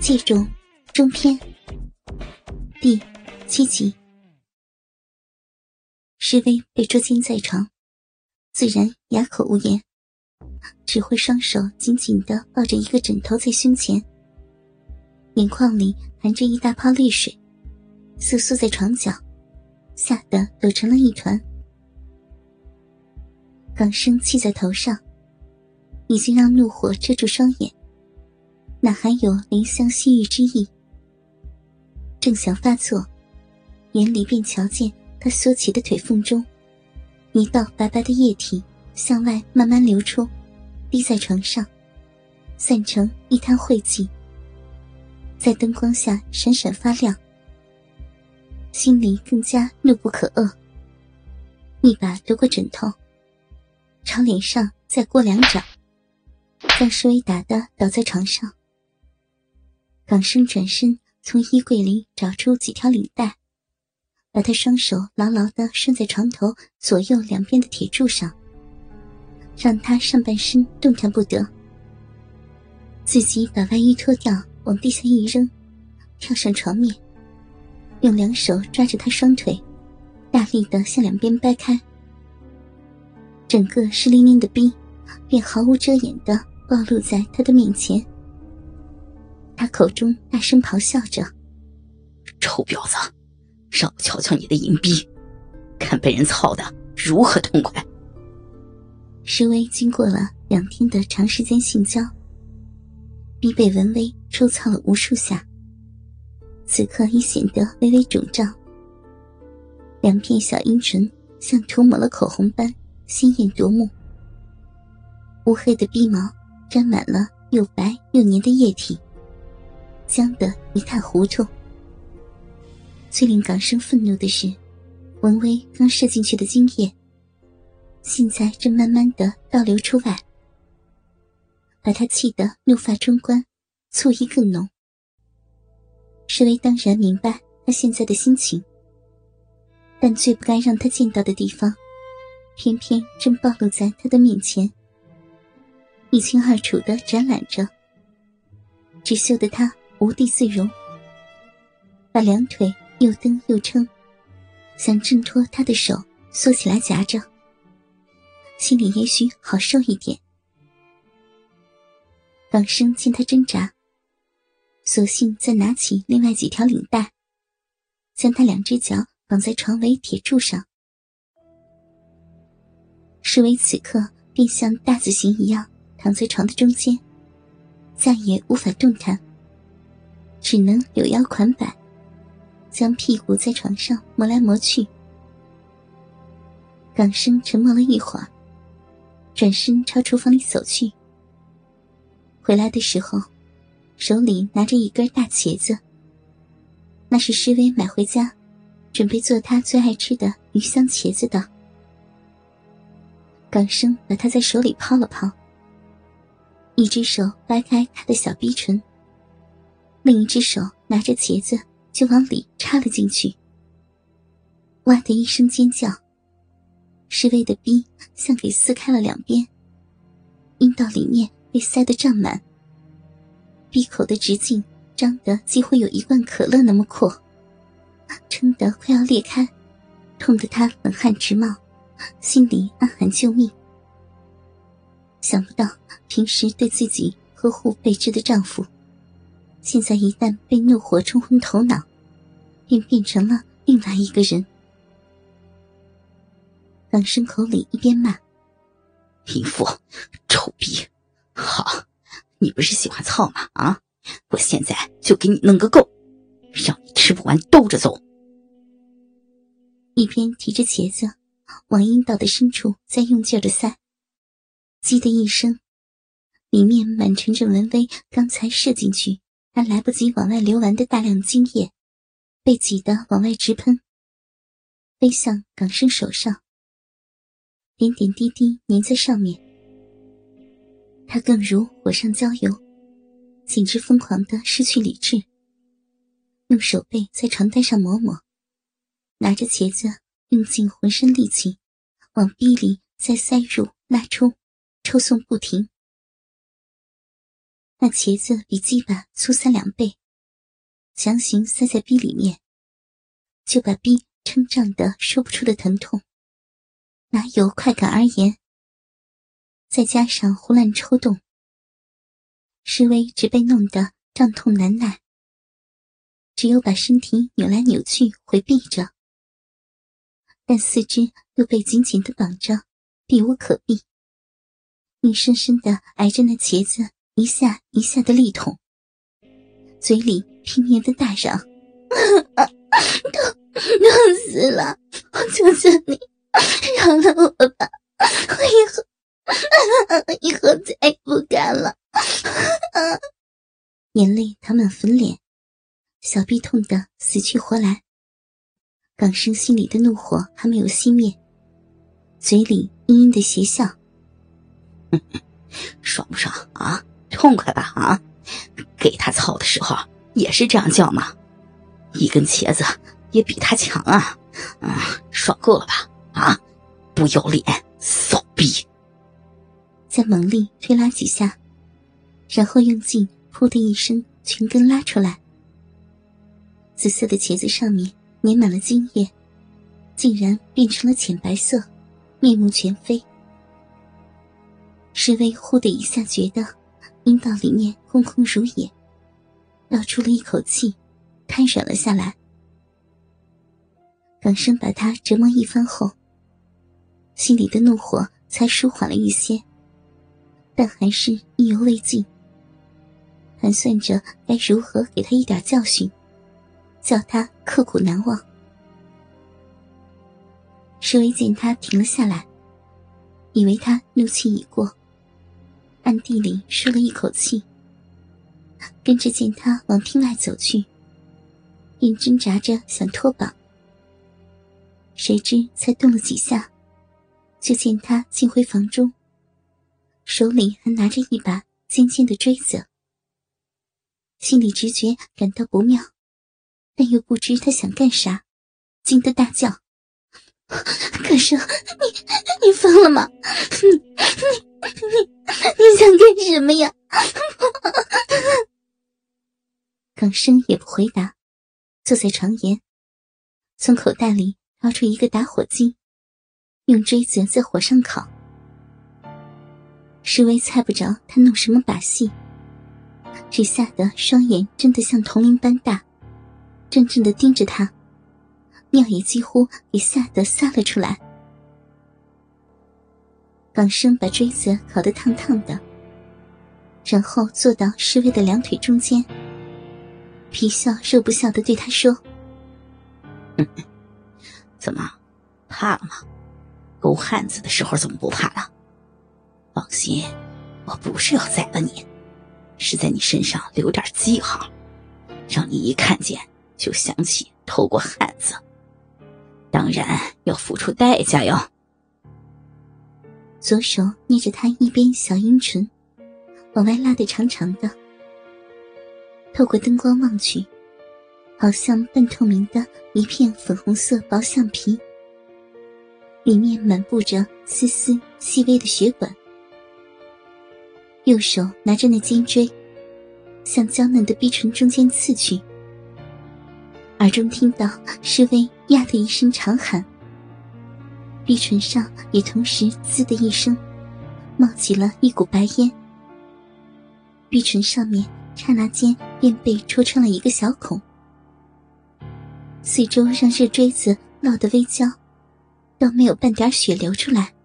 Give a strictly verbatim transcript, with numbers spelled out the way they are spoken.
界中中篇第七集。施薇被捉奸在床，自然哑口无言，只会双手紧紧地抱着一个枕头在胸前，眼眶里含着一大泡泪水，瑟缩在床角，吓得抖成了一团。港生气在头上，已经让怒火遮住双眼，哪还有怜香惜玉之意？正想发作，眼里便瞧见他缩起的腿缝中，一道白白的液体向外慢慢流出，滴在床上，散成一滩晦气，在灯光下闪闪发亮。心里更加怒不可遏，一把夺过枕头，朝脸上再过两掌，将施薇打得倒在床上。港生转身从衣柜里找出几条领带，把他双手牢牢地拴在床头左右两边的铁柱上，让他上半身动弹不得。自己把外衣脱掉，往地下一扔，跳上床面，用两手抓着他双腿，大力地向两边掰开，整个湿淋淋的逼便毫无遮掩地暴露在他的面前。他口中大声咆哮着： 臭婊子，让我瞧瞧你的淫逼，看被人操的如何痛快。 施薇经过了两天的长时间性交，逼被文威抽操了无数下，此刻已显得微微肿胀，两片小阴唇像涂抹了口红般鲜艳夺目，乌黑的逼毛沾满了又白又黏的液体，僵得一塌糊涂。最令港生愤怒的是，文威刚射进去的精液现在正慢慢地倒流出外，把他气得怒发冲冠，醋意更浓。施薇当然明白他现在的心情，但最不该让他见到的地方偏偏正暴露在他的面前，一清二楚地展览着，只羞得他无地自容，把两腿又蹬又撑，想挣脱他的手缩起来夹着，心里也许好受一点。港生见他挣扎，索性再拿起另外几条领带，将他两只脚绑在床尾铁柱上。施薇此刻便像大字形一样躺在床的中间，再也无法动弹，只能柳腰款摆，将屁股在床上磨来磨去。港生沉默了一会儿，转身朝厨房里走去。回来的时候，手里拿着一根大茄子，那是施薇买回家准备做他最爱吃的鱼香茄子的。港生把它在手里抛了抛，一只手掰开他的小逼唇，另一只手拿着茄子就往里插了进去。哇的一声尖叫，施薇的逼像给撕开了两边，阴道里面被塞得胀满，闭口的直径张得几乎有一罐可乐那么阔，撑得快要裂开，痛得他冷汗直冒，心里暗喊救命。想不到平时对自己呵护备至的丈夫，现在一旦被怒火冲昏头脑，便变成了另外一个人。港生口里一边骂： 淫妇，臭逼，好，你不是喜欢操吗？啊，我现在就给你弄个够，让你吃不完兜着走。 一边提着茄子往阴道的深处再用劲地塞，叽的一声，里面满盛着文威刚才射进去还来不及往外流完的大量精液，被挤得往外直喷，飞向港生手上，点点滴滴粘在上面。他更如火上浇油，简直疯狂地失去理智，用手背在床单上抹抹，拿着茄子用尽浑身力气往逼里再塞入拉出，抽送不停。 那茄子比鸡巴粗三两倍，强行塞在逼里面，就把逼撑胀得说不出的疼痛，哪有快感而言。再加上胡乱抽动，施威只被弄得胀痛难耐，只有把身体扭来扭去回避着，但四肢又被紧紧地绑着，避无可避，硬生生地挨着那茄子一下一下的力捅，嘴里拼命地大嚷：痛痛死了，我求求你饶了我吧，我以后以后再也不敢了。眼泪淌满粉脸，小臂痛得死去活来。港生心里的怒火还没有熄灭，嘴里阴阴的邪笑： 爽不爽啊？痛快吧啊？给他操的时候也是这样叫吗？一根茄子也比他强啊！嗯，爽够了吧？啊，不要脸，骚逼！ 再猛力推拉几下，然后用劲噗的一声全根拉出来。紫色的茄子上面粘满了精液，竟然变成了浅白色，面目全非。施威忽的一下觉得阴道里面空空如也，倒出了一口气，瘫软了下来。港生把他折磨一番后，心里的怒火才舒缓了一些，但还是意犹未尽，盘算着该如何给他一点教训，叫他刻苦难忘。施威见他停了下来，以为他怒气已过，暗地里舒了一口气，跟着见他往厅外走去，便挣扎着想脱绑。谁知才动了几下，就见他进回房中，手里还拿着一把尖尖的锥子。心里直觉感到不妙，但又不知他想干啥，惊得大叫：可是你你疯了吗？你你你你想干什么呀？港生也不回答，坐在床沿，从口袋里掏出一个打火机，用锥子在火上烤。施威猜不着他弄什么把戏，只吓得双眼睁得像铜铃般大，怔怔地盯着他，尿也几乎给吓得撒了出来。港生把锥子烤得烫烫的，然后坐到施威的两腿中间，皮笑肉不笑地对他说： 怎么，怕了吗？勾汉子的时候怎么不怕了？放心，我不是要宰了你，是在你身上留点记号，让你一看见就想起偷过汉子，当然要付出代价哟。 左手捏着他一边小阴唇，往外拉得长长的，透过灯光望去，好像半透明的一片粉红色薄橡皮，里面满布着丝丝细微的血管。右手拿着那尖锥，向娇嫩的逼唇中间刺去，耳中听到施威呀的一声长喊，逼唇上也同时滋的一声冒起了一股白烟，逼唇上面刹那间便被戳穿了一个小孔，四周让热锥子烙得微焦，倒没有半点血流出来。